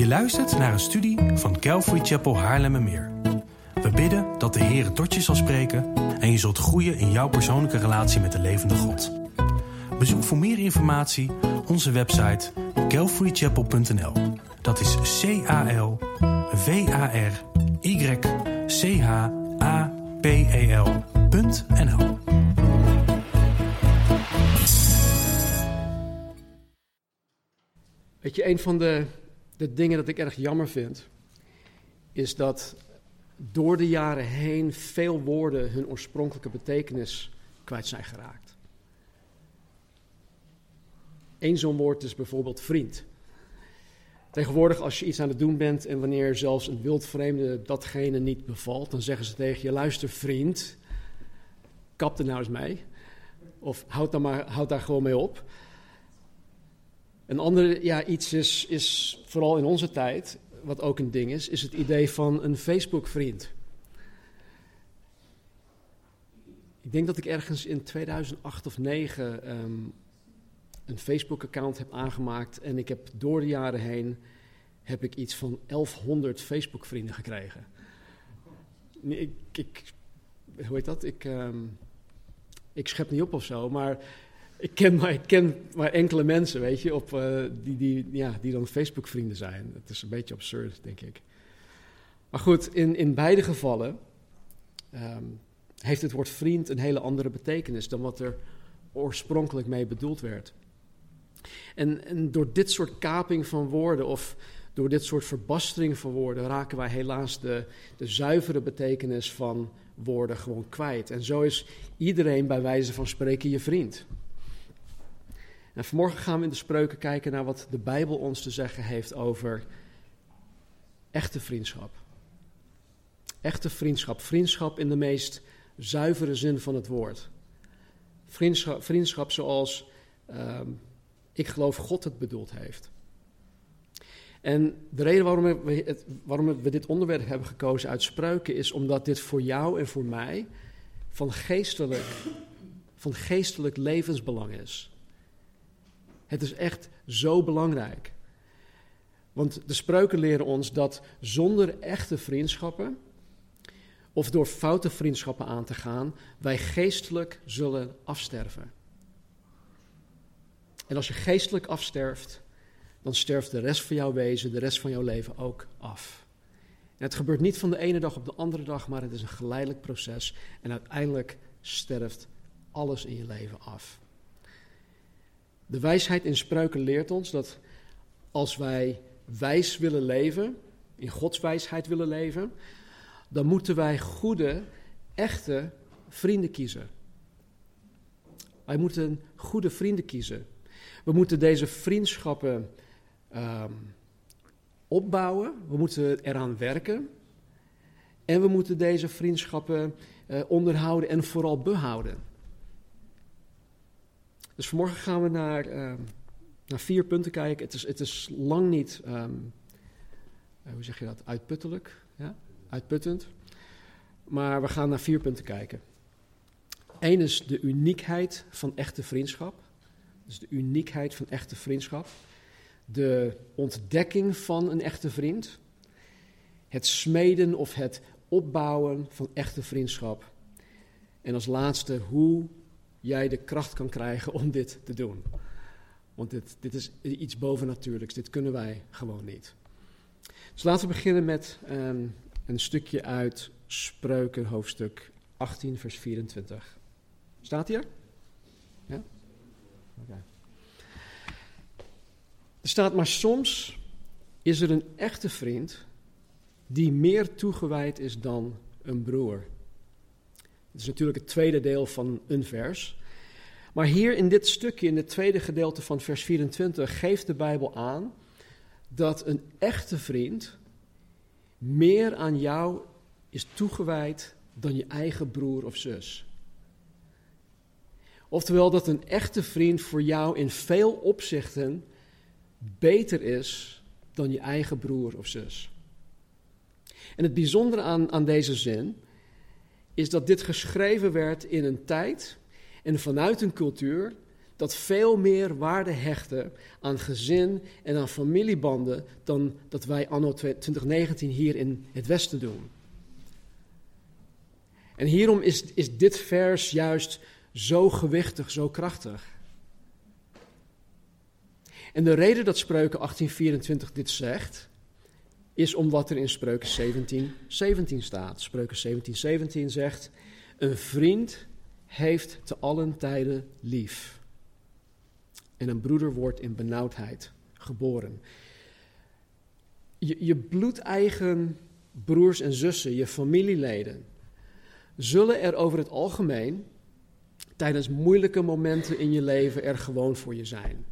Je luistert naar een studie van Calvary Chapel Haarlemmermeer. We bidden dat de Heer tot je zal spreken en je zult groeien in jouw persoonlijke relatie met de levende God. Bezoek voor meer informatie onze website calvarychapel.nl. Dat is CALVARYCHAPEL.nl. Weet je, een van de dingen dat ik erg jammer vind, is dat door de jaren heen veel woorden hun oorspronkelijke betekenis kwijt zijn geraakt. Eén zo'n woord is bijvoorbeeld vriend. Tegenwoordig als je iets aan het doen bent en wanneer zelfs een wildvreemde datgene niet bevalt, dan zeggen ze tegen je: luister vriend, kap er nou eens mee. Of houd daar gewoon mee op. Een ander iets is vooral in onze tijd, wat ook een ding is het idee van een Facebook-vriend. Ik denk dat ik ergens in 2008 of 2009 een Facebook-account heb aangemaakt en ik heb door de jaren heen iets van 1100 Facebook-vrienden gekregen. Hoe heet dat? Ik schep niet op of zo, maar ik ken maar enkele mensen, weet je, die dan Facebook-vrienden zijn. Het is een beetje absurd, denk ik. Maar goed, in beide gevallen heeft het woord vriend een hele andere betekenis dan wat er oorspronkelijk mee bedoeld werd. En door dit soort kaping van woorden of door dit soort verbastering van woorden raken wij helaas de zuivere betekenis van woorden gewoon kwijt. En zo is iedereen bij wijze van spreken je vriend. En vanmorgen gaan we in de Spreuken kijken naar wat de Bijbel ons te zeggen heeft over echte vriendschap. Echte vriendschap. Vriendschap in de meest zuivere zin van het woord. Vriendschap zoals ik geloof God het bedoeld heeft. En de reden waarom we dit onderwerp hebben gekozen uit Spreuken is omdat dit voor jou en voor mij van geestelijk levensbelang is. Het is echt zo belangrijk. Want de Spreuken leren ons dat zonder echte vriendschappen of door foute vriendschappen aan te gaan, wij geestelijk zullen afsterven. En als je geestelijk afsterft, dan sterft de rest van jouw wezen, de rest van jouw leven ook af. En het gebeurt niet van de ene dag op de andere dag, maar het is een geleidelijk proces. En uiteindelijk sterft alles in je leven af. De wijsheid in Spreuken leert ons dat als wij wijs willen leven, in Gods wijsheid willen leven, dan moeten wij goede, echte vrienden kiezen. Wij moeten goede vrienden kiezen. We moeten deze vriendschappen opbouwen, we moeten eraan werken en we moeten deze vriendschappen onderhouden en vooral behouden. Dus vanmorgen gaan we naar 4 punten kijken. Het is lang niet, hoe zeg je dat, uitputtelijk, ja? Uitputtend. Maar we gaan naar 4 punten kijken. 1 is de uniekheid van echte vriendschap. Dus de uniekheid van echte vriendschap. De ontdekking van een echte vriend. Het smeden of het opbouwen van echte vriendschap. En als laatste, hoe jij de kracht kan krijgen om dit te doen. Want dit is iets bovennatuurlijks. Dit kunnen wij gewoon niet. Dus laten we beginnen met een stukje uit Spreuken, hoofdstuk 18, vers 24. Staat hier? Ja? Oké. Er staat: maar soms is er een echte vriend die meer toegewijd is dan een broer. Het is natuurlijk het tweede deel van een vers. Maar hier in dit stukje, in het tweede gedeelte van vers 24, geeft de Bijbel aan dat een echte vriend meer aan jou is toegewijd dan je eigen broer of zus. Oftewel dat een echte vriend voor jou in veel opzichten beter is dan je eigen broer of zus. En het bijzondere aan deze zin is dat dit geschreven werd in een tijd en vanuit een cultuur dat veel meer waarde hechten aan gezin en aan familiebanden dan dat wij anno 2019 hier in het Westen doen. En hierom is dit vers juist zo gewichtig, zo krachtig. En de reden dat Spreuken 18:24 dit zegt, is om wat er in Spreuken 17:17 staat. Spreuken 17:17 zegt: een vriend heeft te allen tijden lief. En een broeder wordt in benauwdheid geboren. Je bloedeigen broers en zussen, je familieleden, zullen er over het algemeen tijdens moeilijke momenten in je leven er gewoon voor je zijn.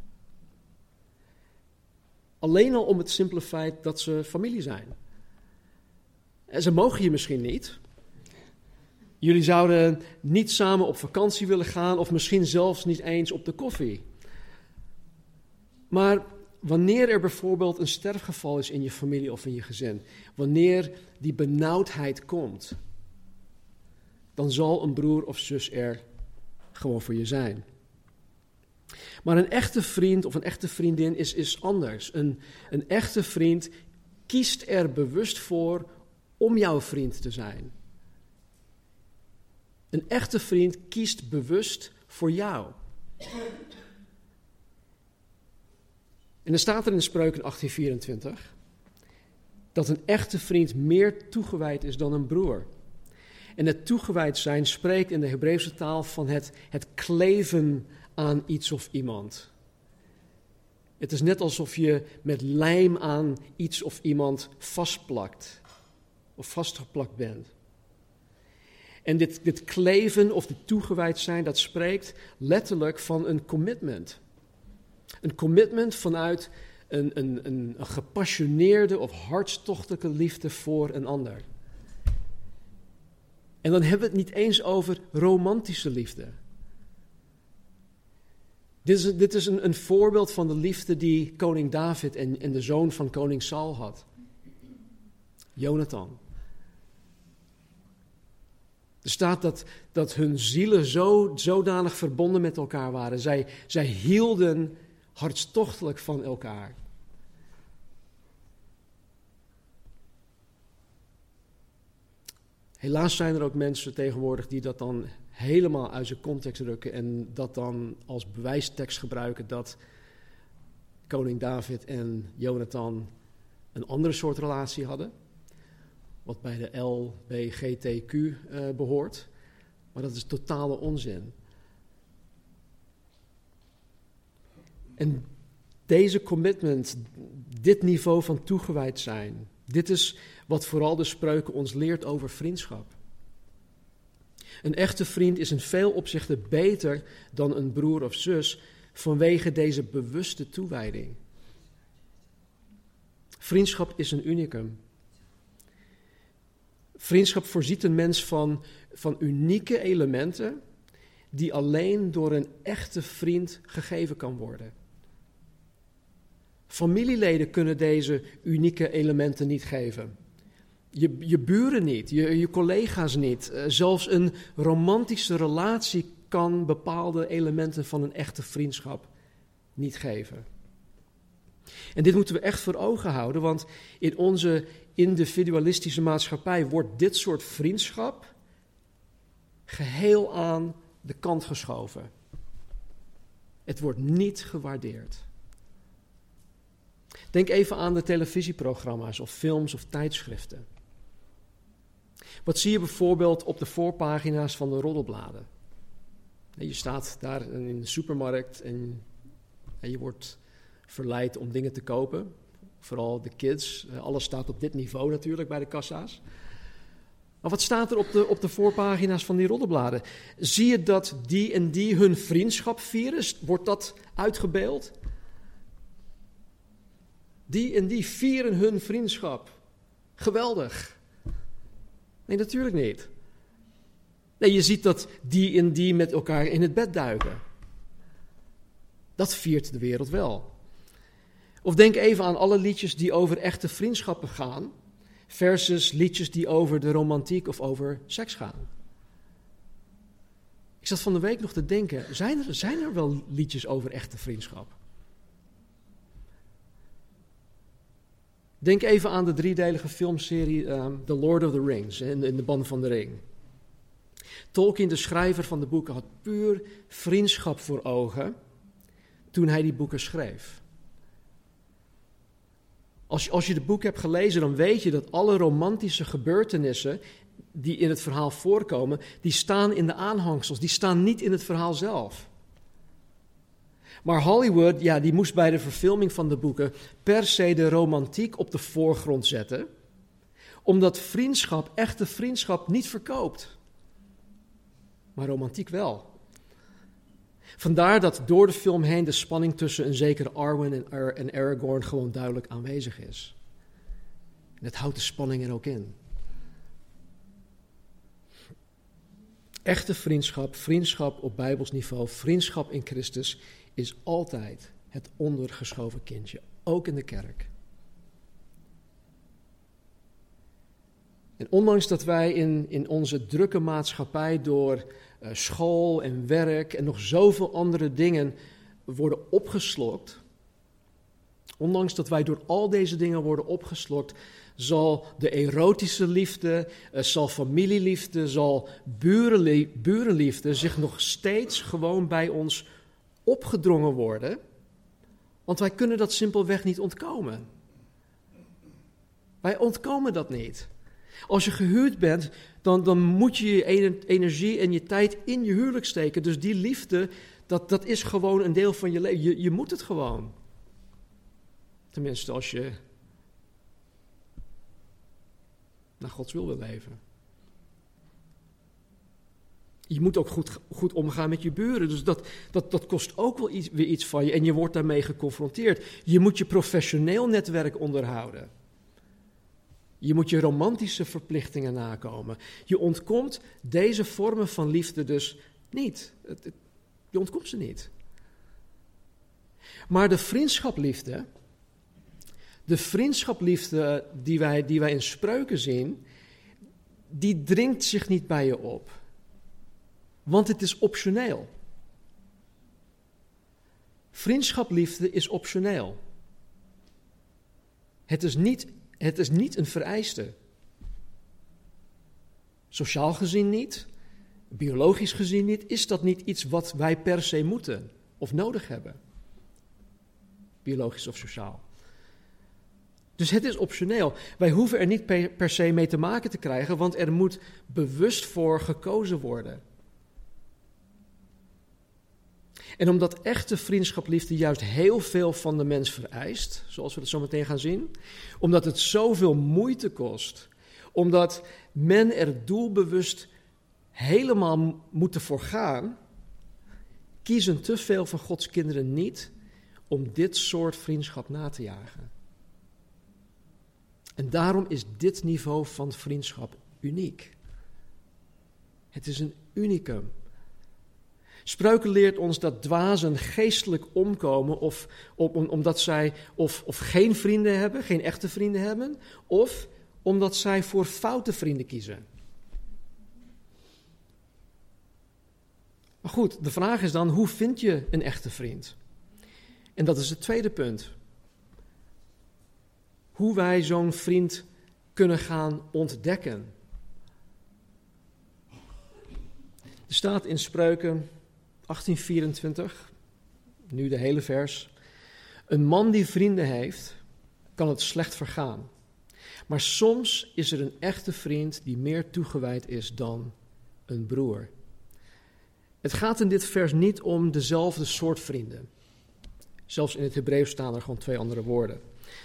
Alleen al om het simpele feit dat ze familie zijn. En ze mogen je misschien niet. Jullie zouden niet samen op vakantie willen gaan of misschien zelfs niet eens op de koffie. Maar wanneer er bijvoorbeeld een sterfgeval is in je familie of in je gezin, wanneer die benauwdheid komt, dan zal een broer of zus er gewoon voor je zijn. Maar een echte vriend of een echte vriendin is anders. Een echte vriend kiest er bewust voor om jouw vriend te zijn. Een echte vriend kiest bewust voor jou. En er staat er in Spreuken 18:24 dat een echte vriend meer toegewijd is dan een broer. En het toegewijd zijn spreekt in de Hebreeuwse taal van het kleven aan iets of iemand. Het is net alsof je met lijm aan iets of iemand vastplakt of vastgeplakt bent. En dit kleven of dit toegewijd zijn, dat spreekt letterlijk van een commitment. Een commitment vanuit een gepassioneerde of hartstochtelijke liefde voor een ander. En dan hebben we het niet eens over romantische liefde. Dit is een voorbeeld van de liefde die koning David en de zoon van koning Saul had. Jonathan. Er staat dat hun zielen zodanig verbonden met elkaar waren. Zij hielden hartstochtelijk van elkaar. Helaas zijn er ook mensen tegenwoordig die dat dan helemaal uit zijn context rukken en dat dan als bewijstekst gebruiken dat koning David en Jonathan een andere soort relatie hadden, wat bij de LBGTQ behoort. Maar dat is totale onzin. En deze commitment, dit niveau van toegewijd zijn, dit is wat vooral de Spreuken ons leert over vriendschap. Een echte vriend is in veel opzichten beter dan een broer of zus vanwege deze bewuste toewijding. Vriendschap is een unicum. Vriendschap voorziet een mens van unieke elementen die alleen door een echte vriend gegeven kan worden. Familieleden kunnen deze unieke elementen niet geven. Je buren niet, je collega's niet. Zelfs een romantische relatie kan bepaalde elementen van een echte vriendschap niet geven. En dit moeten we echt voor ogen houden, want in onze individualistische maatschappij wordt dit soort vriendschap geheel aan de kant geschoven. Het wordt niet gewaardeerd. Denk even aan de televisieprogramma's of films of tijdschriften. Wat zie je bijvoorbeeld op de voorpagina's van de roddelbladen? Je staat daar in de supermarkt en je wordt verleid om dingen te kopen. Vooral de kids. Alles staat op dit niveau natuurlijk bij de kassa's. Maar wat staat er op de voorpagina's van die roddelbladen? Zie je dat die en die hun vriendschap vieren? Wordt dat uitgebeeld? Die en die vieren hun vriendschap. Geweldig. Nee, natuurlijk niet. Nee, je ziet dat die en die met elkaar in het bed duiken. Dat viert de wereld wel. Of denk even aan alle liedjes die over echte vriendschappen gaan, versus liedjes die over de romantiek of over seks gaan. Ik zat van de week nog te denken, zijn er wel liedjes over echte vriendschap? Denk even aan de 3-delige filmserie The Lord of the Rings, in de Band van de Ring. Tolkien, de schrijver van de boeken, had puur vriendschap voor ogen toen hij die boeken schreef. Als je het boek hebt gelezen, dan weet je dat alle romantische gebeurtenissen die in het verhaal voorkomen, die staan in de aanhangsels, die staan niet in het verhaal zelf. Maar Hollywood, die moest bij de verfilming van de boeken per se de romantiek op de voorgrond zetten, omdat echte vriendschap niet verkoopt. Maar romantiek wel. Vandaar dat door de film heen de spanning tussen een zekere Arwen en Aragorn gewoon duidelijk aanwezig is. En het houdt de spanning er ook in. Echte vriendschap op Bijbels niveau, vriendschap in Christus, is altijd het ondergeschoven kindje, ook in de kerk. En ondanks dat wij in onze drukke maatschappij door school en werk en nog zoveel andere dingen worden opgeslokt, ondanks dat wij door al deze dingen worden opgeslokt, zal de erotische liefde, zal familieliefde, zal burenliefde zich nog steeds gewoon bij ons opgedrongen worden, want wij kunnen dat simpelweg niet ontkomen. Wij ontkomen dat niet. Als je gehuwd bent, dan moet je je energie en je tijd in je huwelijk steken. Dus die liefde, dat is gewoon een deel van je leven. Je moet het gewoon. Tenminste, als je naar Gods wil leven. Je moet ook goed omgaan met je buren. Dus dat kost ook wel weer iets van je. En je wordt daarmee geconfronteerd. Je moet je professioneel netwerk onderhouden. Je moet je romantische verplichtingen nakomen. Je ontkomt deze vormen van liefde dus niet. Je ontkomt ze niet. Maar de vriendschapliefde die wij in Spreuken zien, die dringt zich niet bij je op. Want het is optioneel. Vriendschapliefde is optioneel. Het is niet een vereiste. Sociaal gezien niet, biologisch gezien niet, is dat niet iets wat wij per se moeten of nodig hebben. Biologisch of sociaal. Dus het is optioneel. Wij hoeven er niet per se mee te maken te krijgen, want er moet bewust voor gekozen worden. En omdat echte vriendschapliefde juist heel veel van de mens vereist, zoals we dat zo meteen gaan zien, omdat het zoveel moeite kost, omdat men er doelbewust helemaal moet voor gaan, kiezen te veel van Gods kinderen niet om dit soort vriendschap na te jagen. En daarom is dit niveau van vriendschap uniek. Het is een unicum. Spreuken leert ons dat dwazen geestelijk omkomen omdat zij of geen vrienden hebben, geen echte vrienden hebben, of omdat zij voor foute vrienden kiezen. Maar goed, de vraag is dan, hoe vind je een echte vriend? En dat is het tweede punt. Hoe wij zo'n vriend kunnen gaan ontdekken. Er staat in Spreuken 18:24, nu de hele vers. Een man die vrienden heeft, kan het slecht vergaan. Maar soms is er een echte vriend die meer toegewijd is dan een broer. Het gaat in dit vers niet om dezelfde soort vrienden. Zelfs in het Hebreeuws staan er gewoon 2 andere woorden.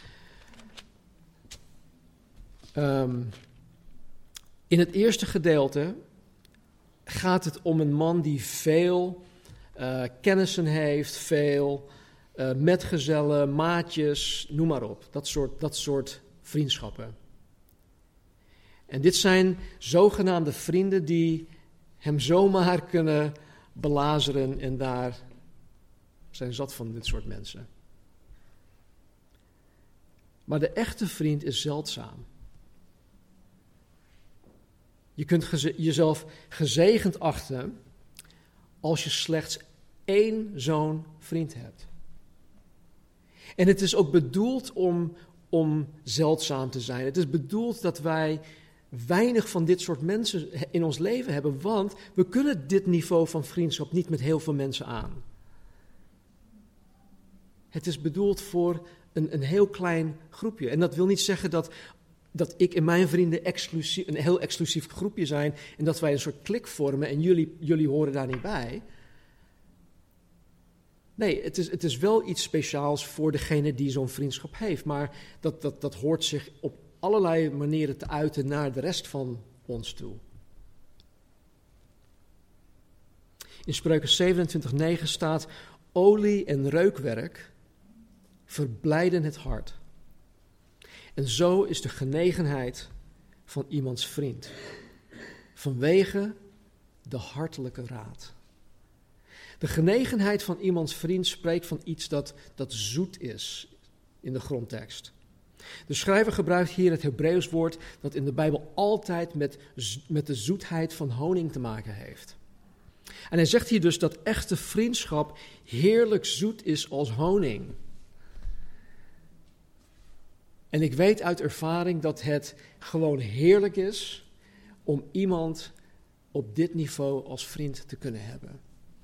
In het eerste gedeelte gaat het om een man die veel kennissen heeft, veel metgezellen, maatjes, noem maar op. Dat soort vriendschappen. En dit zijn zogenaamde vrienden die hem zomaar kunnen belazeren en daar zijn zat van dit soort mensen. Maar de echte vriend is zeldzaam. Je kunt jezelf gezegend achten als je slechts 1 zo'n vriend hebt. En het is ook bedoeld om zeldzaam te zijn. Het is bedoeld dat wij weinig van dit soort mensen in ons leven hebben, want we kunnen dit niveau van vriendschap niet met heel veel mensen aan. Het is bedoeld voor een heel klein groepje. En dat wil niet zeggen dat ik en mijn vrienden een heel exclusief groepje zijn en dat wij een soort klik vormen en jullie horen daar niet bij. Nee, het is wel iets speciaals voor degene die zo'n vriendschap heeft, maar dat hoort zich op allerlei manieren te uiten naar de rest van ons toe. In Spreuken 27:9 staat: olie en reukwerk verblijden het hart. En zo is de genegenheid van iemands vriend, vanwege de hartelijke raad. De genegenheid van iemands vriend spreekt van iets dat zoet is in de grondtekst. De schrijver gebruikt hier het Hebreeuws woord dat in de Bijbel altijd met de zoetheid van honing te maken heeft. En hij zegt hier dus dat echte vriendschap heerlijk zoet is als honing. En ik weet uit ervaring dat het gewoon heerlijk is om iemand op dit niveau als vriend te kunnen hebben.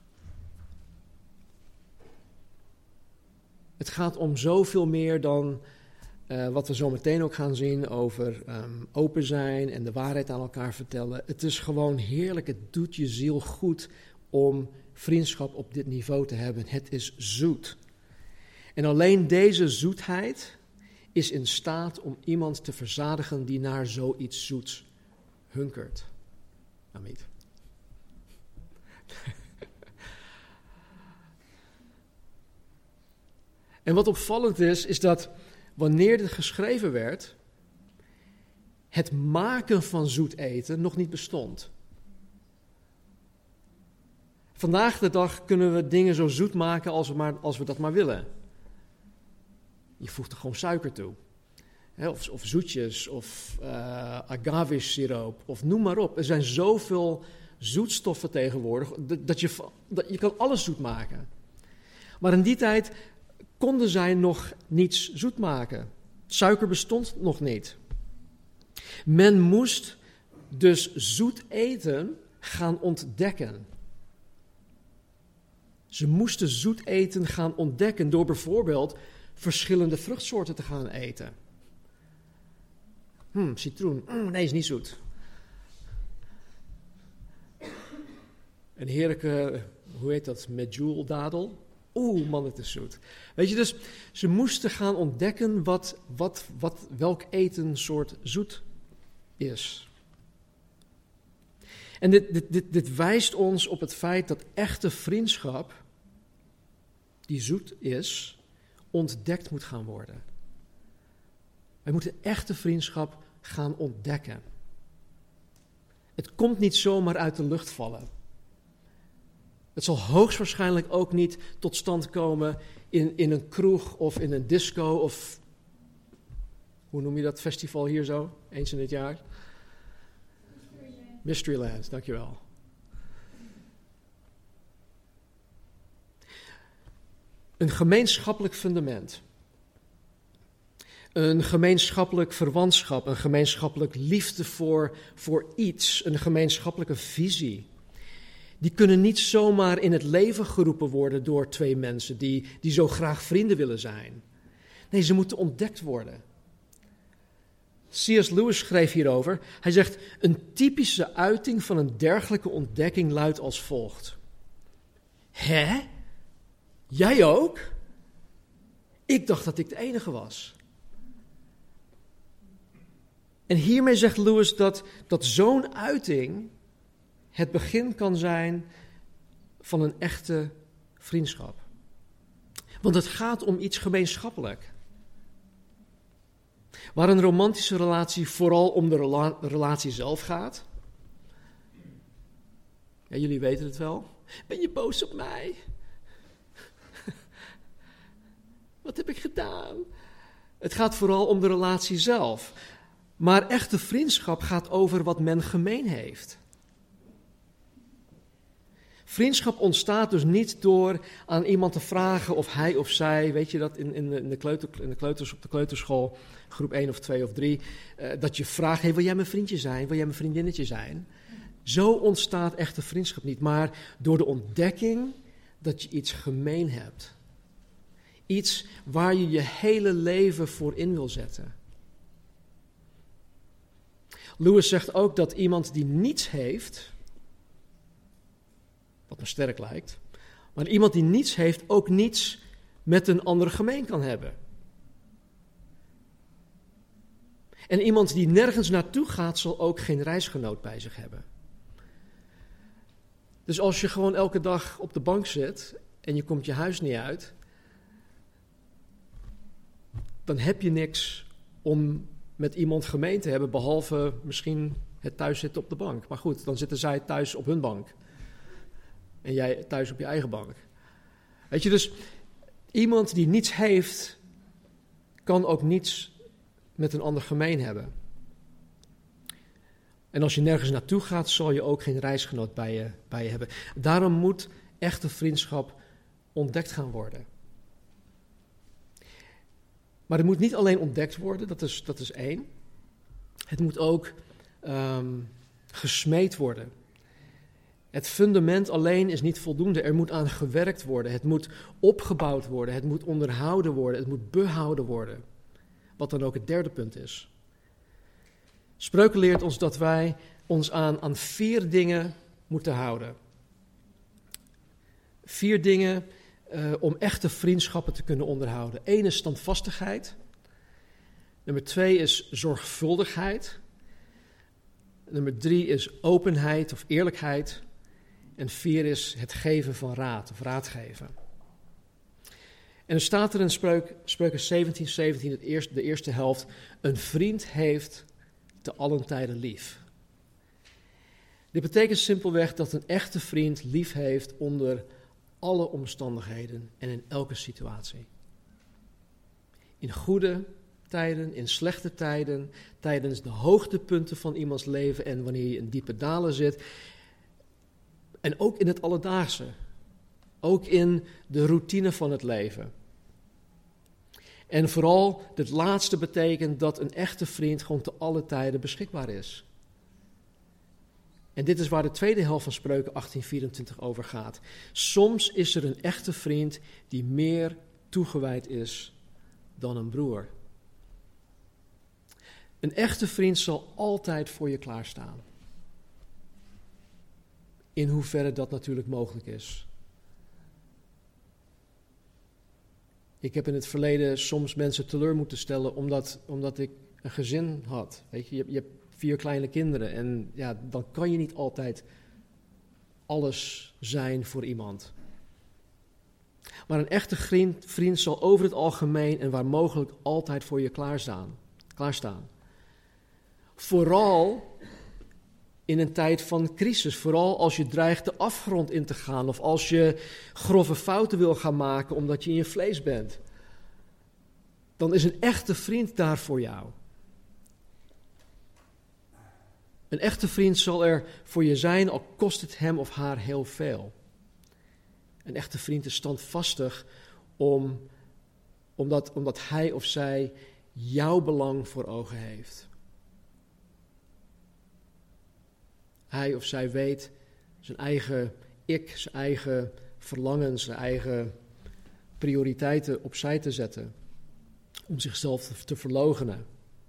Het gaat om zoveel meer dan wat we zo meteen ook gaan zien over open zijn en de waarheid aan elkaar vertellen. Het is gewoon heerlijk, het doet je ziel goed om vriendschap op dit niveau te hebben. Het is zoet. En alleen deze zoetheid is in staat om iemand te verzadigen die naar zoiets zoets hunkert. Amen. En wat opvallend is dat wanneer dit geschreven werd, het maken van zoet eten nog niet bestond. Vandaag de dag kunnen we dingen zo zoet maken als we dat maar willen. Je voegt er gewoon suiker toe. Of zoetjes, of agave-siroop, of noem maar op. Er zijn zoveel zoetstoffen tegenwoordig, dat je kan alles zoet maken. Maar in die tijd konden zij nog niets zoet maken. Suiker bestond nog niet. Men moest dus zoet eten gaan ontdekken. Ze moesten zoet eten gaan ontdekken door bijvoorbeeld verschillende vruchtsoorten te gaan eten. Citroen, nee, is niet zoet. Een heerlijke, hoe heet dat, medjool-dadel. Man, het is zoet. Weet je, dus ze moesten gaan ontdekken welk etensoort zoet is. En dit wijst ons op het feit dat echte vriendschap, die zoet is, ontdekt moet gaan worden. Wij moeten echte vriendschap gaan ontdekken. Het komt niet zomaar uit de lucht vallen. Het zal hoogstwaarschijnlijk ook niet tot stand komen in een kroeg of in een disco of, hoe noem je dat festival hier zo, eens in het jaar? Mysteryland, dankjewel. Een gemeenschappelijk fundament. Een gemeenschappelijk verwantschap, een gemeenschappelijk liefde voor iets, een gemeenschappelijke visie. Die kunnen niet zomaar in het leven geroepen worden door twee mensen die zo graag vrienden willen zijn. Nee, ze moeten ontdekt worden. C.S. Lewis schreef hierover. Hij zegt, een typische uiting van een dergelijke ontdekking luidt als volgt. Hè? Jij ook? Ik dacht dat ik de enige was. En hiermee zegt Lewis dat zo'n uiting het begin kan zijn van een echte vriendschap. Want het gaat om iets gemeenschappelijk. Waar een romantische relatie vooral om de relatie zelf gaat. Ja, jullie weten het wel. Ben je boos op mij? Wat heb ik gedaan? Het gaat vooral om de relatie zelf. Maar echte vriendschap gaat over wat men gemeen heeft. Vriendschap ontstaat dus niet door aan iemand te vragen of hij of zij, weet je dat in de kleuters op de kleuterschool, groep 1 of 2 of 3, dat je vraagt, hey, wil jij mijn vriendje zijn, wil jij mijn vriendinnetje zijn? Zo ontstaat echte vriendschap niet, maar door de ontdekking dat je iets gemeen hebt. Iets waar je je hele leven voor in wil zetten. Lewis zegt ook dat iemand die niets heeft, wat me sterk lijkt, maar iemand die niets heeft ook niets met een ander gemeen kan hebben. En iemand die nergens naartoe gaat, zal ook geen reisgenoot bij zich hebben. Dus als je gewoon elke dag op de bank zit en je komt je huis niet uit, dan heb je niks om met iemand gemeen te hebben, behalve misschien het thuiszitten op de bank. Maar goed, dan zitten zij thuis op hun bank. En jij thuis op je eigen bank. Weet je, dus iemand die niets heeft, kan ook niets met een ander gemeen hebben. En als je nergens naartoe gaat, zal je ook geen reisgenoot bij je hebben. Daarom moet echte vriendschap ontdekt gaan worden. Maar het moet niet alleen ontdekt worden, dat is één. Het moet ook gesmeed worden. Het fundament alleen is niet voldoende. Er moet aan gewerkt worden. Het moet opgebouwd worden. Het moet onderhouden worden. Het moet behouden worden. Wat dan ook het derde punt is. Spreuken leert ons dat wij ons aan 4 dingen moeten houden. 4 dingen om echte vriendschappen te kunnen onderhouden. 1 is standvastigheid. Nummer 2 is zorgvuldigheid. Nummer 3 is openheid of eerlijkheid. En 4 is het geven van raad of raadgeven. En er staat er in Spreuken 17, de eerste helft, een vriend heeft te allen tijden lief. Dit betekent simpelweg dat een echte vriend lief heeft onder alle omstandigheden en in elke situatie. In goede tijden, in slechte tijden, tijdens de hoogtepunten van iemands leven en wanneer je in diepe dalen zit. En ook in het alledaagse. Ook in de routine van het leven. En vooral het laatste betekent dat een echte vriend gewoon te alle tijden beschikbaar is. En dit is waar de tweede helft van Spreuken 18:24 over gaat. Soms is er een echte vriend die meer toegewijd is dan een broer. Een echte vriend zal altijd voor je klaarstaan. In hoeverre dat natuurlijk mogelijk is. Ik heb in het verleden soms mensen teleur moeten stellen omdat ik een gezin had. Weet je hebt 4 kleine kinderen en ja, dan kan je niet altijd alles zijn voor iemand. Maar een echte vriend zal over het algemeen en waar mogelijk altijd voor je klaarstaan. Vooral in een tijd van crisis, vooral als je dreigt de afgrond in te gaan of als je grove fouten wil gaan maken omdat je in je vlees bent. Dan is een echte vriend daar voor jou. Een echte vriend zal er voor je zijn, al kost het hem of haar heel veel. Een echte vriend is standvastig omdat hij of zij jouw belang voor ogen heeft. Hij of zij weet zijn eigen zijn eigen verlangens, zijn eigen prioriteiten opzij te zetten. Om zichzelf te verloochenen.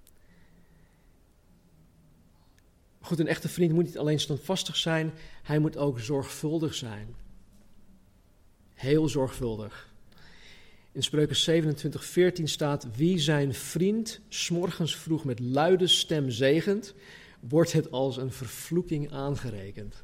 Goed, een echte vriend moet niet alleen standvastig zijn, hij moet ook zorgvuldig zijn. Heel zorgvuldig. In Spreuken 27:14 staat: wie zijn vriend 's morgens vroeg met luide stem zegent, wordt het als een vervloeking aangerekend.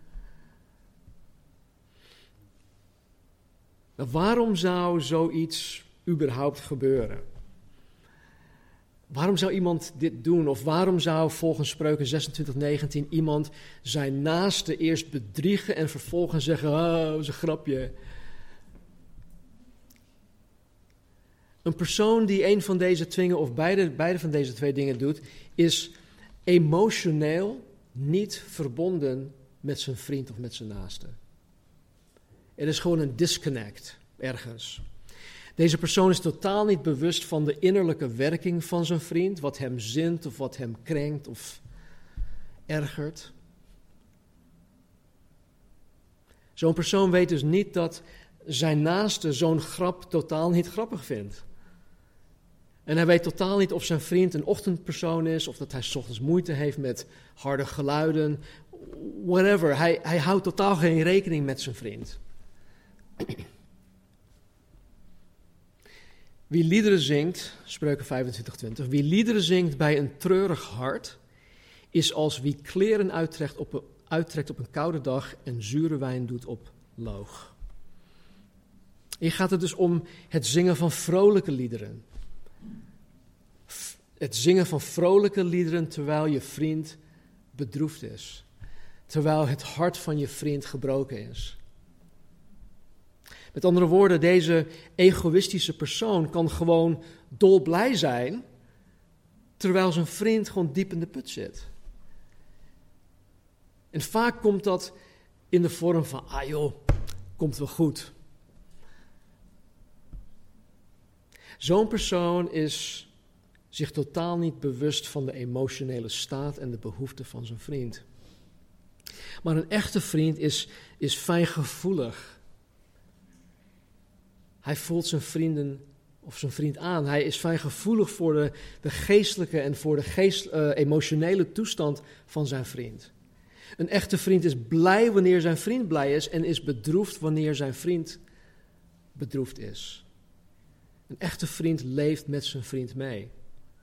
Nou, waarom zou zoiets überhaupt gebeuren? Waarom zou iemand dit doen? Of waarom zou volgens Spreuken 26:19 iemand zijn naaste eerst bedriegen en vervolgens zeggen: oh, dat is een grapje. Een persoon die een van deze dingen of beide van deze 2 dingen doet, is emotioneel niet verbonden met zijn vriend of met zijn naaste. Er is gewoon een disconnect ergens. Deze persoon is totaal niet bewust van de innerlijke werking van zijn vriend, wat hem zint of wat hem krenkt of ergert. Zo'n persoon weet dus niet dat zijn naaste zo'n grap totaal niet grappig vindt. En hij weet totaal niet of zijn vriend een ochtendpersoon is, of dat hij 's ochtends moeite heeft met harde geluiden, whatever. Hij houdt totaal geen rekening met zijn vriend. Wie liederen zingt, Spreuken 25:20, wie liederen zingt bij een treurig hart, is als wie kleren uittrekt op een koude dag en zure wijn doet op loog. Hier gaat het dus om het zingen van vrolijke liederen. Het zingen van vrolijke liederen terwijl je vriend bedroefd is. Terwijl het hart van je vriend gebroken is. Met andere woorden, deze egoïstische persoon kan gewoon dolblij zijn, terwijl zijn vriend gewoon diep in de put zit. En vaak komt dat in de vorm van, joh, komt wel goed. Zo'n persoon is zich totaal niet bewust van de emotionele staat en de behoeften van zijn vriend. Maar een echte vriend is fijngevoelig. Hij voelt zijn vrienden of zijn vriend aan. Hij is fijngevoelig voor de geestelijke en voor de emotionele toestand van zijn vriend. Een echte vriend is blij wanneer zijn vriend blij is en is bedroefd wanneer zijn vriend bedroefd is. Een echte vriend leeft met zijn vriend mee.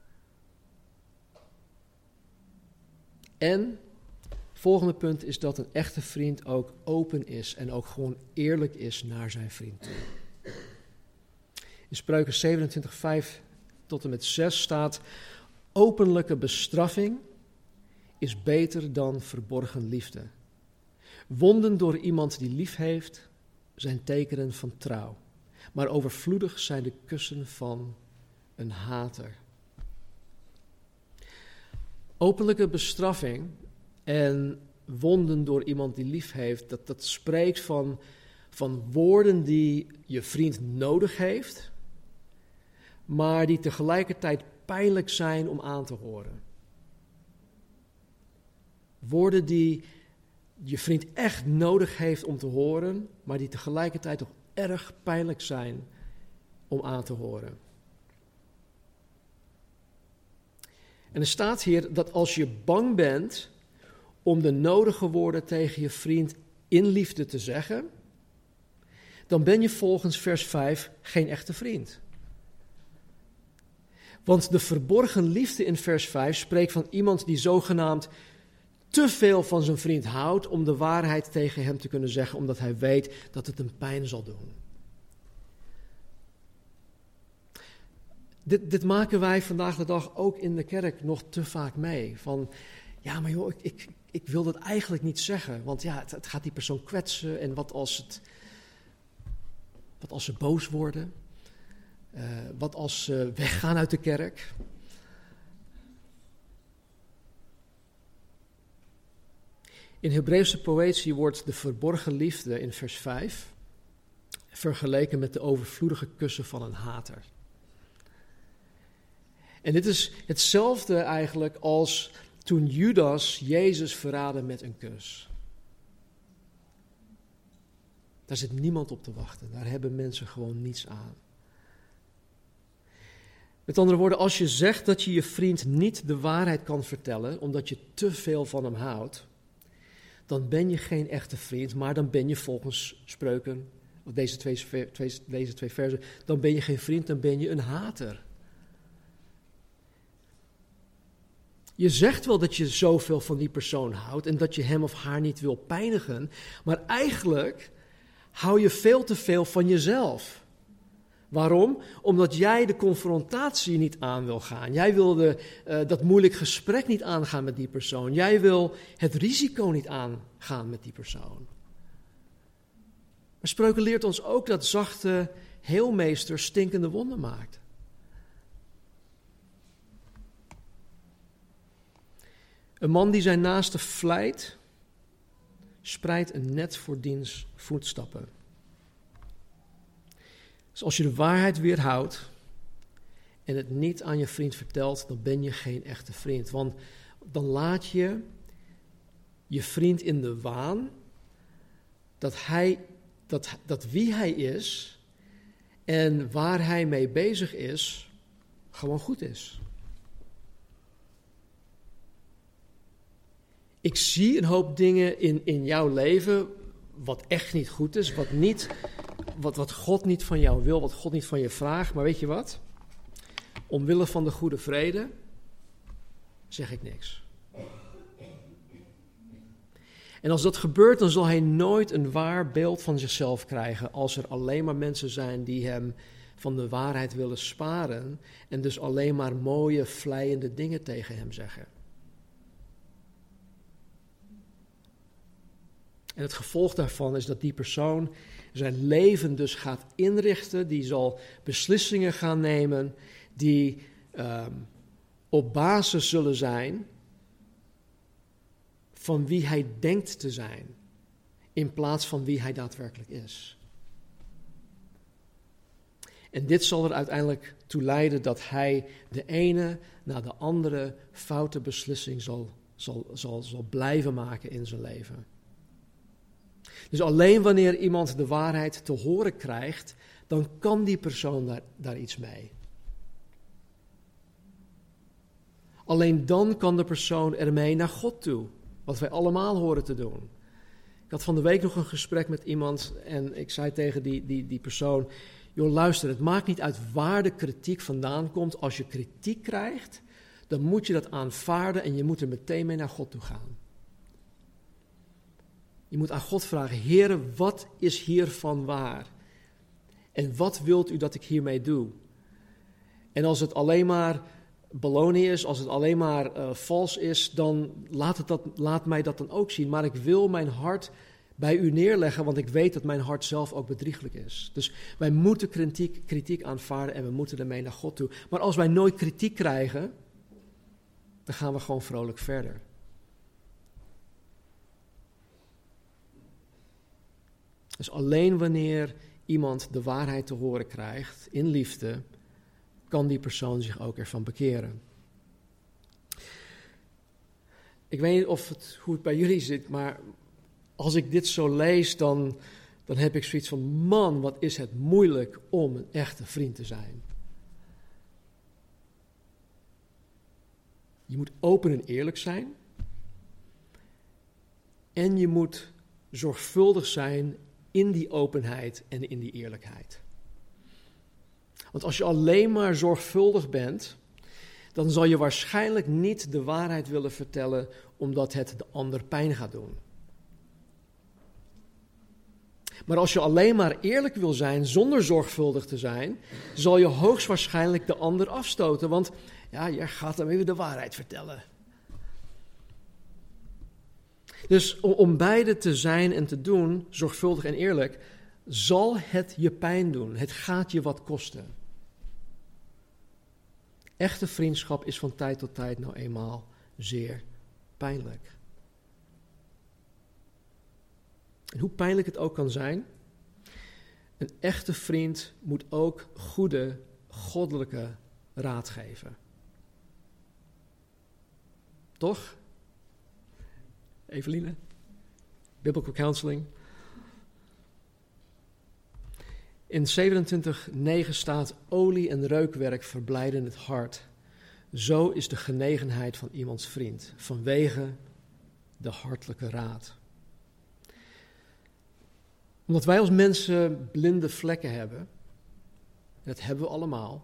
En, volgende punt is dat een echte vriend ook open is en ook gewoon eerlijk is naar zijn vriend toe. In Spreuken 27:5 tot en met 6 staat: openlijke bestraffing is beter dan verborgen liefde. Wonden door iemand die lief heeft zijn tekenen van trouw, maar overvloedig zijn de kussen van een hater. Openlijke bestraffing en wonden door iemand die lief heeft, dat spreekt van woorden die je vriend nodig heeft, maar die tegelijkertijd pijnlijk zijn om aan te horen. Woorden die je vriend echt nodig heeft om te horen, maar die tegelijkertijd toch erg pijnlijk zijn om aan te horen. En er staat hier dat als je bang bent om de nodige woorden tegen je vriend in liefde te zeggen, dan ben je volgens vers 5 geen echte vriend. Want de verborgen liefde in vers 5 spreekt van iemand die zogenaamd te veel van zijn vriend houdt om de waarheid tegen hem te kunnen zeggen, omdat hij weet dat het hem pijn zal doen. Dit maken wij vandaag de dag ook in de kerk nog te vaak mee. Van, ja, maar joh, ik wil dat eigenlijk niet zeggen, want ja, het gaat die persoon kwetsen en wat als ze boos worden? Wat als ze weggaan uit de kerk? In Hebreeuwse poëzie wordt de verborgen liefde in vers 5 vergeleken met de overvloedige kussen van een hater. En dit is hetzelfde eigenlijk als toen Judas Jezus verraadde met een kus. Daar zit niemand op te wachten. Daar hebben mensen gewoon niets aan. Met andere woorden, als je zegt dat je je vriend niet de waarheid kan vertellen, omdat je te veel van hem houdt, dan ben je geen echte vriend, maar dan ben je volgens Spreuken, of deze twee versen, dan ben je geen vriend, dan ben je een hater. Je zegt wel dat je zoveel van die persoon houdt en dat je hem of haar niet wil pijnigen, maar eigenlijk hou je veel te veel van jezelf. Waarom? Omdat jij de confrontatie niet aan wil gaan. Jij wil dat moeilijk gesprek niet aangaan met die persoon. Jij wil het risico niet aangaan met die persoon. Maar Spreuken leert ons ook dat zachte heelmeester stinkende wonden maakt. Een man die zijn naaste vlijt, spreidt een net voor diens voetstappen. Dus als je de waarheid weerhoudt en het niet aan je vriend vertelt, dan ben je geen echte vriend. Want dan laat je je vriend in de waan dat wie hij is en waar hij mee bezig is, gewoon goed is. Ik zie een hoop dingen in jouw leven wat echt niet goed is, wat God niet van jou wil, wat God niet van je vraagt. Maar weet je wat? Omwille van de goede vrede zeg ik niks. En als dat gebeurt, dan zal hij nooit een waar beeld van zichzelf krijgen als er alleen maar mensen zijn die hem van de waarheid willen sparen en dus alleen maar mooie, vleiende dingen tegen hem zeggen. En het gevolg daarvan is dat die persoon zijn leven dus gaat inrichten, die zal beslissingen gaan nemen die op basis zullen zijn van wie hij denkt te zijn, in plaats van wie hij daadwerkelijk is. En dit zal er uiteindelijk toe leiden dat hij de ene na de andere foute beslissing zal blijven maken in zijn leven. Dus alleen wanneer iemand de waarheid te horen krijgt, dan kan die persoon daar iets mee. Alleen dan kan de persoon ermee naar God toe, wat wij allemaal horen te doen. Ik had van de week nog een gesprek met iemand en ik zei tegen die persoon, joh, luister, het maakt niet uit waar de kritiek vandaan komt. Als je kritiek krijgt, dan moet je dat aanvaarden en je moet er meteen mee naar God toe gaan. Je moet aan God vragen, Heere, wat is hiervan waar? En wat wilt u dat ik hiermee doe? En als het alleen maar beloning is, als het alleen maar vals is, dan laat mij dat dan ook zien. Maar ik wil mijn hart bij u neerleggen, want ik weet dat mijn hart zelf ook bedrieglijk is. Dus wij moeten kritiek aanvaarden en we moeten ermee naar God toe. Maar als wij nooit kritiek krijgen, dan gaan we gewoon vrolijk verder. Dus alleen wanneer iemand de waarheid te horen krijgt, in liefde, kan die persoon zich ook ervan bekeren. Ik weet niet hoe het bij jullie zit, maar als ik dit zo lees, dan heb ik zoiets van, man, wat is het moeilijk om een echte vriend te zijn. Je moet open en eerlijk zijn. En je moet zorgvuldig zijn in die openheid en in die eerlijkheid. Want als je alleen maar zorgvuldig bent, dan zal je waarschijnlijk niet de waarheid willen vertellen, omdat het de ander pijn gaat doen. Maar als je alleen maar eerlijk wil zijn, zonder zorgvuldig te zijn, zal je hoogstwaarschijnlijk de ander afstoten. Want ja, jij gaat hem even de waarheid vertellen. Dus om beide te zijn en te doen, zorgvuldig en eerlijk, zal het je pijn doen. Het gaat je wat kosten. Echte vriendschap is van tijd tot tijd nou eenmaal zeer pijnlijk. En hoe pijnlijk het ook kan zijn, een echte vriend moet ook goede, goddelijke raad geven. Toch? Eveline? Biblical counseling. In 27:9 staat, olie en reukwerk verblijden het hart. Zo is de genegenheid van iemands vriend, vanwege de hartelijke raad. Omdat wij als mensen blinde vlekken hebben, en dat hebben we allemaal,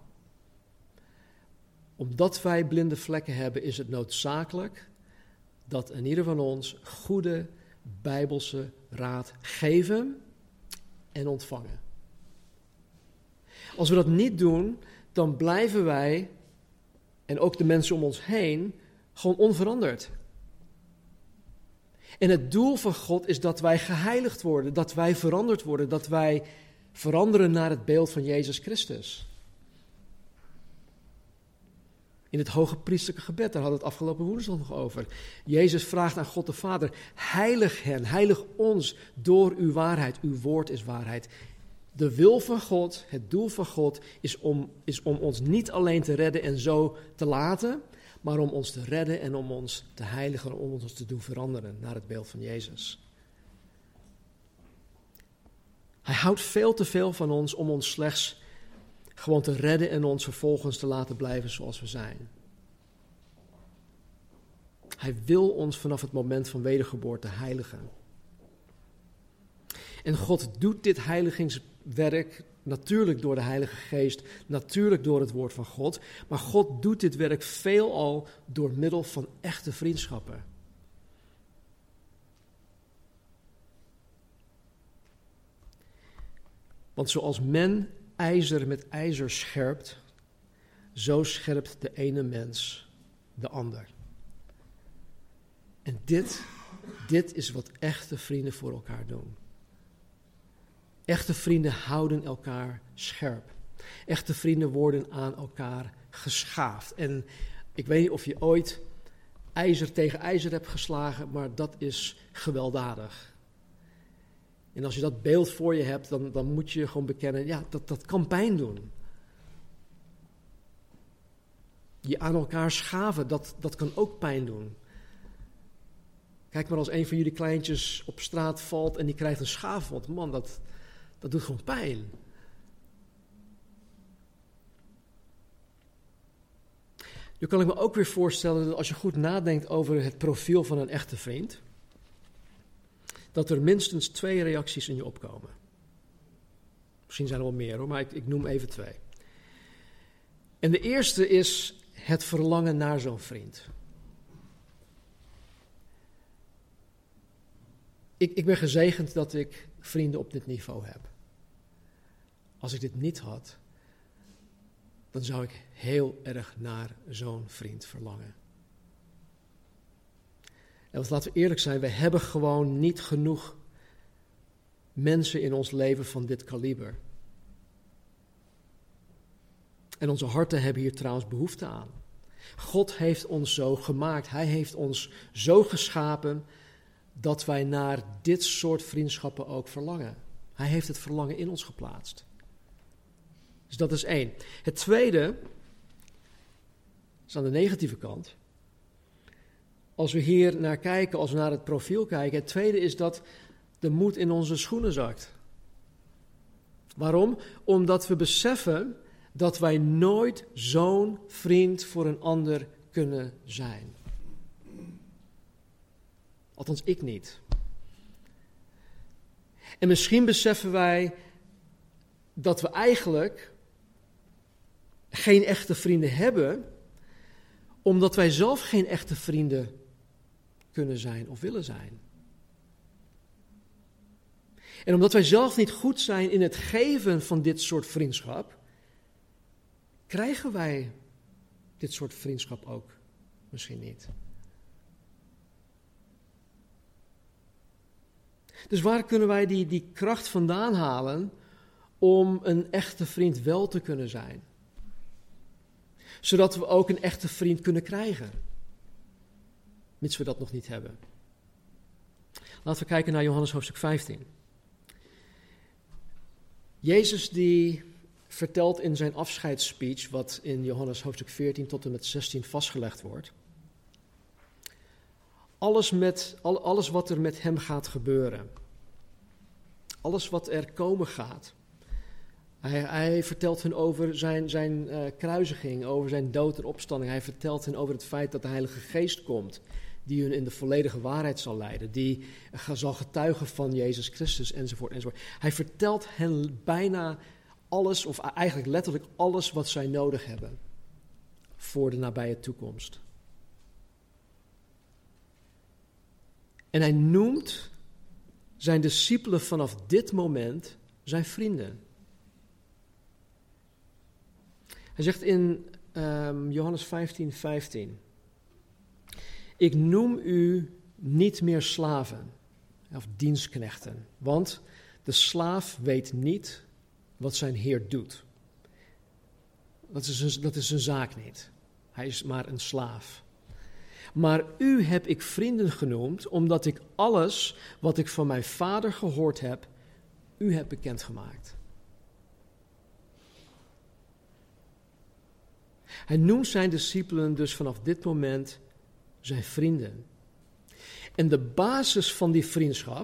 omdat wij blinde vlekken hebben, is het noodzakelijk dat een ieder van ons goede Bijbelse raad geven en ontvangen. Als we dat niet doen, dan blijven wij, en ook de mensen om ons heen, gewoon onveranderd. En het doel van God is dat wij geheiligd worden, dat wij veranderd worden, dat wij veranderen naar het beeld van Jezus Christus. In het hoge priesterlijke gebed, daar hadden we het afgelopen woensdag nog over. Jezus vraagt aan God de Vader, heilig hen, heilig ons door uw waarheid. Uw woord is waarheid. De wil van God, het doel van God, is om ons niet alleen te redden en zo te laten, maar om ons te redden en om ons te heiligen en om ons te doen veranderen naar het beeld van Jezus. Hij houdt veel te veel van ons om ons slechts gewoon te redden en ons vervolgens te laten blijven zoals we zijn. Hij wil ons vanaf het moment van wedergeboorte heiligen. En God doet dit heiligingswerk natuurlijk door de Heilige Geest, natuurlijk door het woord van God, maar God doet dit werk veelal door middel van echte vriendschappen. Want zoals men ijzer met ijzer scherpt, zo scherpt de ene mens de ander. En dit is wat echte vrienden voor elkaar doen. Echte vrienden houden elkaar scherp. Echte vrienden worden aan elkaar geschaafd. En ik weet niet of je ooit ijzer tegen ijzer hebt geslagen, maar dat is gewelddadig. En als je dat beeld voor je hebt, dan moet je gewoon bekennen, ja, dat kan pijn doen. Je aan elkaar schaven, dat kan ook pijn doen. Kijk maar als een van jullie kleintjes op straat valt en die krijgt een schaafwond. Man, dat doet gewoon pijn. Nu kan ik me ook weer voorstellen dat als je goed nadenkt over het profiel van een echte vriend, dat er minstens 2 reacties in je opkomen. Misschien zijn er wel meer hoor, maar ik noem even 2. En de eerste is het verlangen naar zo'n vriend. Ik ben gezegend dat ik vrienden op dit niveau heb. Als ik dit niet had, dan zou ik heel erg naar zo'n vriend verlangen. En want laten we eerlijk zijn, we hebben gewoon niet genoeg mensen in ons leven van dit kaliber. En onze harten hebben hier trouwens behoefte aan. God heeft ons zo gemaakt. Hij heeft ons zo geschapen dat wij naar dit soort vriendschappen ook verlangen. Hij heeft het verlangen in ons geplaatst. Dus dat is 1. Het tweede is aan de negatieve kant. Als we hier naar kijken, als we naar het profiel kijken, het tweede is dat de moed in onze schoenen zakt. Waarom? Omdat we beseffen dat wij nooit zo'n vriend voor een ander kunnen zijn. Althans, ik niet. En misschien beseffen wij dat we eigenlijk geen echte vrienden hebben, omdat wij zelf geen echte vrienden kunnen zijn of willen zijn. En omdat wij zelf niet goed zijn in het geven van dit soort vriendschap, krijgen wij dit soort vriendschap ook misschien niet. Dus waar kunnen wij die kracht vandaan halen om een echte vriend wel te kunnen zijn? Zodat we ook een echte vriend kunnen krijgen. Mits we dat nog niet hebben. Laten we kijken naar Johannes hoofdstuk 15. Jezus die vertelt in zijn afscheidsspeech, wat in Johannes hoofdstuk 14 tot en met 16 vastgelegd wordt. Alles wat er met hem gaat gebeuren. Alles wat er komen gaat. Hij vertelt hen over zijn kruisiging, over zijn dood en opstanding. Hij vertelt hen over het feit dat de Heilige Geest komt, die hun in de volledige waarheid zal leiden, die zal getuigen van Jezus Christus, enzovoort, enzovoort. Hij vertelt hen bijna alles, of eigenlijk letterlijk alles wat zij nodig hebben voor de nabije toekomst. En hij noemt zijn discipelen vanaf dit moment zijn vrienden. Hij zegt in Johannes 15:15: Ik noem u niet meer slaven of dienstknechten, want de slaaf weet niet wat zijn heer doet. Dat is zijn zaak niet. Hij is maar een slaaf. Maar u heb ik vrienden genoemd, omdat ik alles wat ik van mijn Vader gehoord heb, u heb bekendgemaakt. Hij noemt zijn discipelen dus vanaf dit moment zijn vrienden. En de basis van die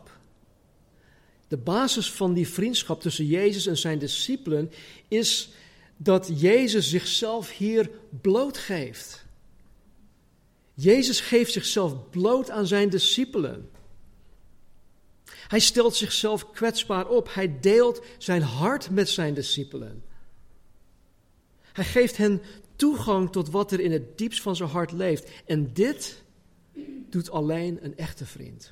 vriendschap tussen Jezus en zijn discipelen is dat Jezus zichzelf hier blootgeeft. Jezus geeft zichzelf bloot aan zijn discipelen. Hij stelt zichzelf kwetsbaar op. Hij deelt zijn hart met zijn discipelen. Hij geeft hen toegang tot wat er in het diepst van zijn hart leeft. En dit doet alleen een echte vriend.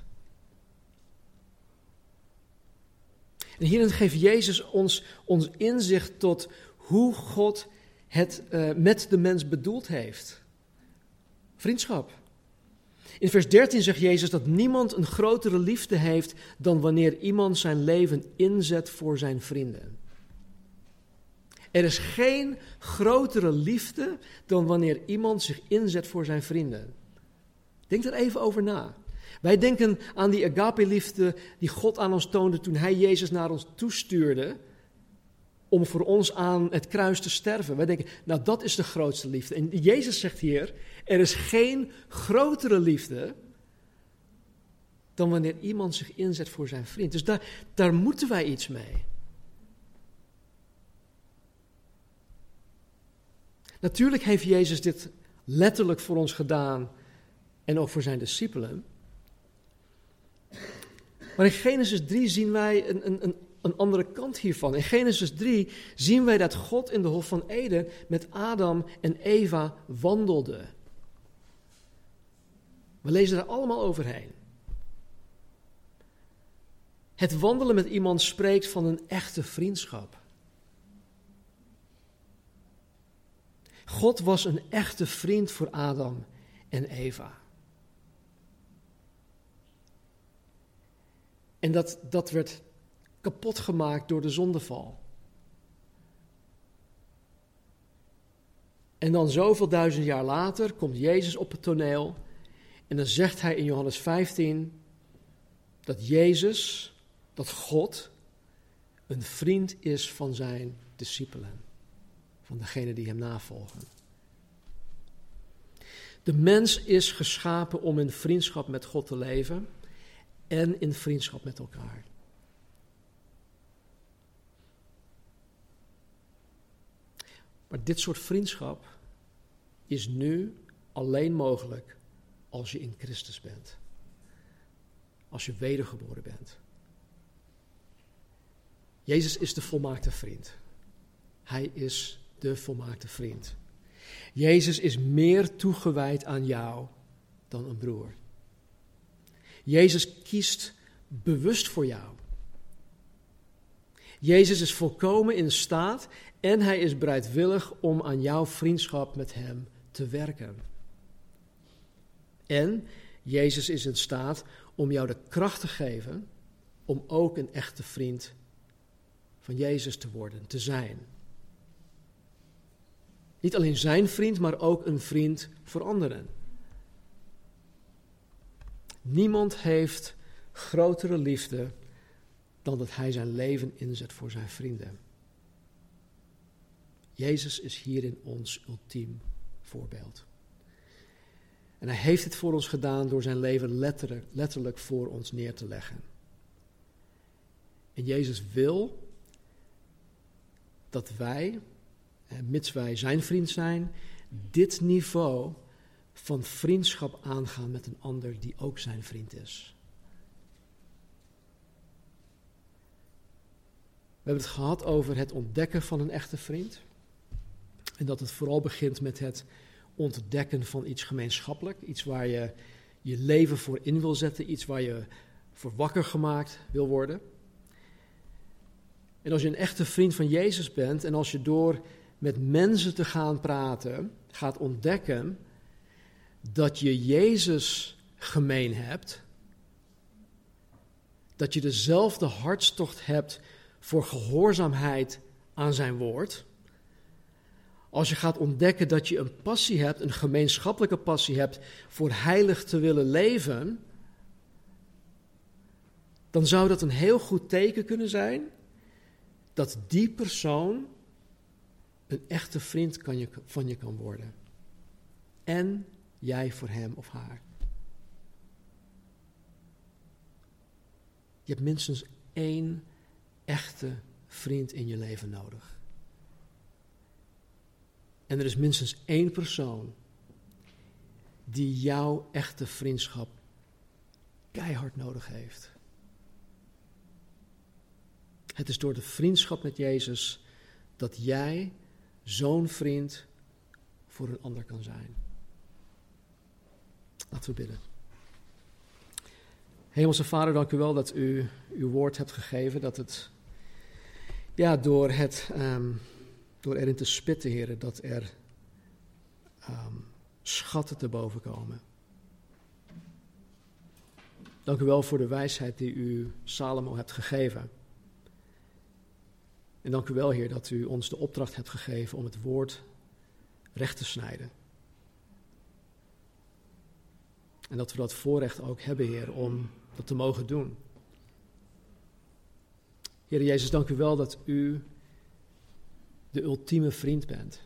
En hierin geeft Jezus ons inzicht tot hoe God het met de mens bedoeld heeft. Vriendschap. In vers 13 zegt Jezus dat niemand een grotere liefde heeft dan wanneer iemand zijn leven inzet voor zijn vrienden. Er is geen grotere liefde dan wanneer iemand zich inzet voor zijn vrienden. Denk er even over na. Wij denken aan die agape-liefde die God aan ons toonde toen hij Jezus naar ons toestuurde om voor ons aan het kruis te sterven. Wij denken, nou dat is de grootste liefde. En Jezus zegt hier, er is geen grotere liefde dan wanneer iemand zich inzet voor zijn vriend. Dus daar moeten wij iets mee. Natuurlijk heeft Jezus dit letterlijk voor ons gedaan en ook voor zijn discipelen. Maar in Genesis 3 zien wij een andere kant hiervan. In Genesis 3 zien wij dat God in de Hof van Eden met Adam en Eva wandelde. We lezen er allemaal overheen. Het wandelen met iemand spreekt van een echte vriendschap. God was een echte vriend voor Adam en Eva. En dat werd kapot gemaakt door de zondeval. En dan zoveel duizend jaar later komt Jezus op het toneel en dan zegt hij in Johannes 15 dat Jezus, dat God, een vriend is van zijn discipelen, van degenen die hem navolgen. De mens is geschapen om in vriendschap met God te leven en in vriendschap met elkaar. Maar dit soort vriendschap is nu alleen mogelijk als je in Christus bent. Als je wedergeboren bent. Jezus is de volmaakte vriend. Hij is de volmaakte vriend. Jezus is meer toegewijd aan jou dan een broer. Jezus kiest bewust voor jou. Jezus is volkomen in staat en hij is bereidwillig om aan jouw vriendschap met hem te werken. En Jezus is in staat om jou de kracht te geven om ook een echte vriend van Jezus te worden, te zijn. Niet alleen zijn vriend, maar ook een vriend voor anderen. Niemand heeft grotere liefde dan dat hij zijn leven inzet voor zijn vrienden. Jezus is hierin ons ultiem voorbeeld. En hij heeft het voor ons gedaan door zijn leven letterlijk voor ons neer te leggen. En Jezus wil dat wij, mits wij zijn vriend zijn, dit niveau van vriendschap aangaan met een ander die ook zijn vriend is. We hebben het gehad over het ontdekken van een echte vriend. En dat het vooral begint met het ontdekken van iets gemeenschappelijk. Iets waar je je leven voor in wil zetten. Iets waar je voor wakker gemaakt wil worden. En als je een echte vriend van Jezus bent en als je door met mensen te gaan praten, gaat ontdekken dat je Jezus gemeen hebt, dat je dezelfde hartstocht hebt voor gehoorzaamheid aan zijn woord, als je gaat ontdekken dat je een passie hebt, een gemeenschappelijke passie hebt voor heilig te willen leven, dan zou dat een heel goed teken kunnen zijn dat die persoon een echte vriend van je kan worden. En jij voor hem of haar. Je hebt minstens 1 echte vriend in je leven nodig. En er is minstens 1 persoon die jouw echte vriendschap keihard nodig heeft. Het is door de vriendschap met Jezus dat jij zo'n vriend voor een ander kan zijn. Laten we bidden. Hemelse Vader, dank u wel dat u uw woord hebt gegeven, dat het, door erin te spitten, Heer, dat er schatten te boven komen. Dank u wel voor de wijsheid die u Salomo hebt gegeven. En dank u wel, Heer, dat u ons de opdracht hebt gegeven om het woord recht te snijden. En dat we dat voorrecht ook hebben, Heer, om dat te mogen doen. Heer Jezus, dank u wel dat u de ultieme vriend bent.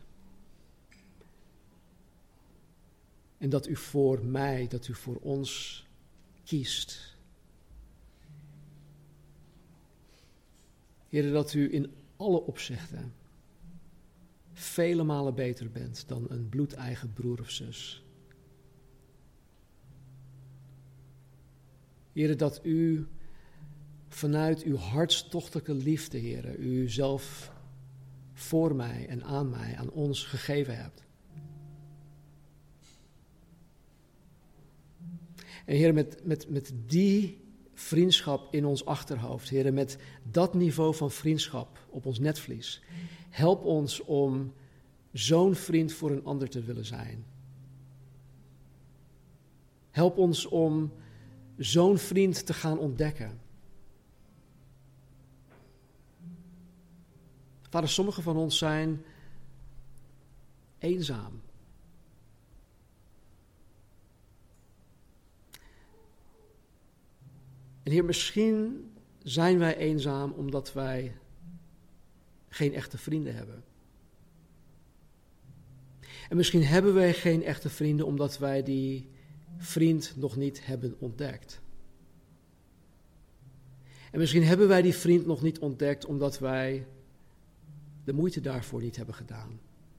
En dat u voor mij, dat u voor ons kiest. Heer, dat u in alle opzichten vele malen beter bent dan een bloedeigen broer of zus. Heer, dat u vanuit uw hartstochtelijke liefde, Heer, u zelf voor mij en aan ons gegeven hebt. En Heer, met die vriendschap in ons achterhoofd, Heer, met dat niveau van vriendschap op ons netvlies, help ons om zo'n vriend voor een ander te willen zijn. Help ons om zo'n vriend te gaan ontdekken. Vader, sommigen van ons zijn eenzaam. En Heer, misschien zijn wij eenzaam omdat wij geen echte vrienden hebben. En misschien hebben wij geen echte vrienden omdat wij die vriend nog niet hebben ontdekt. En misschien hebben wij die vriend nog niet ontdekt omdat wij de moeite daarvoor niet hebben gedaan.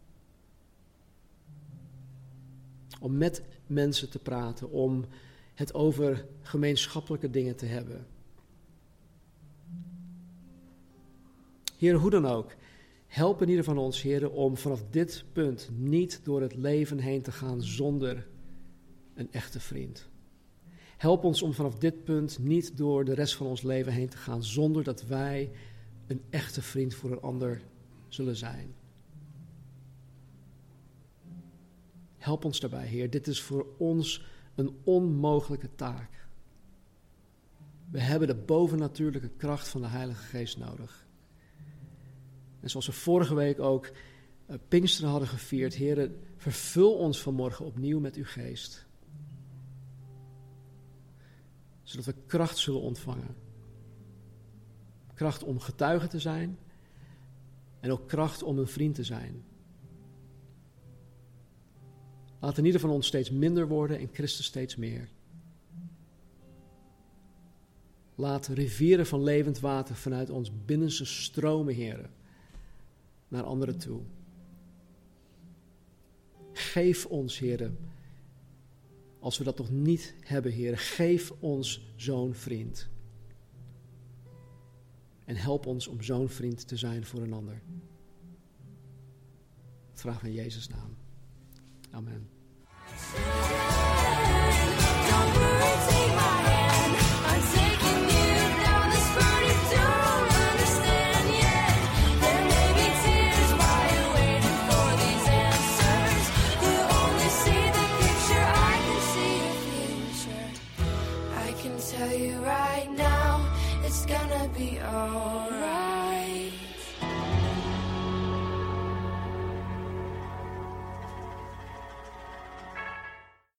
Om met mensen te praten, om het over gemeenschappelijke dingen te hebben. Heer, hoe dan ook, help in ieder van ons, Heer, om vanaf dit punt niet door het leven heen te gaan zonder een echte vriend. Help ons om vanaf dit punt niet door de rest van ons leven heen te gaan zonder dat wij een echte vriend voor een ander zullen zijn. Help ons daarbij, Heer. Dit is voor ons een onmogelijke taak. We hebben de bovennatuurlijke kracht van de Heilige Geest nodig. En zoals we vorige week ook Pinksteren hadden gevierd, Heer, vervul ons vanmorgen opnieuw met uw geest. Zodat we kracht zullen ontvangen. Kracht om getuige te zijn en ook kracht om een vriend te zijn. Laat in ieder van ons steeds minder worden en Christus steeds meer. Laat rivieren van levend water vanuit ons binnenste stromen, Heer, naar anderen toe. Geef ons, Heer, als we dat nog niet hebben, Heer, geef ons zo'n vriend. En help ons om zo'n vriend te zijn voor een ander. Dat vragen we in Jezus' naam. Amen. Tell you right now, it's gonna be alright.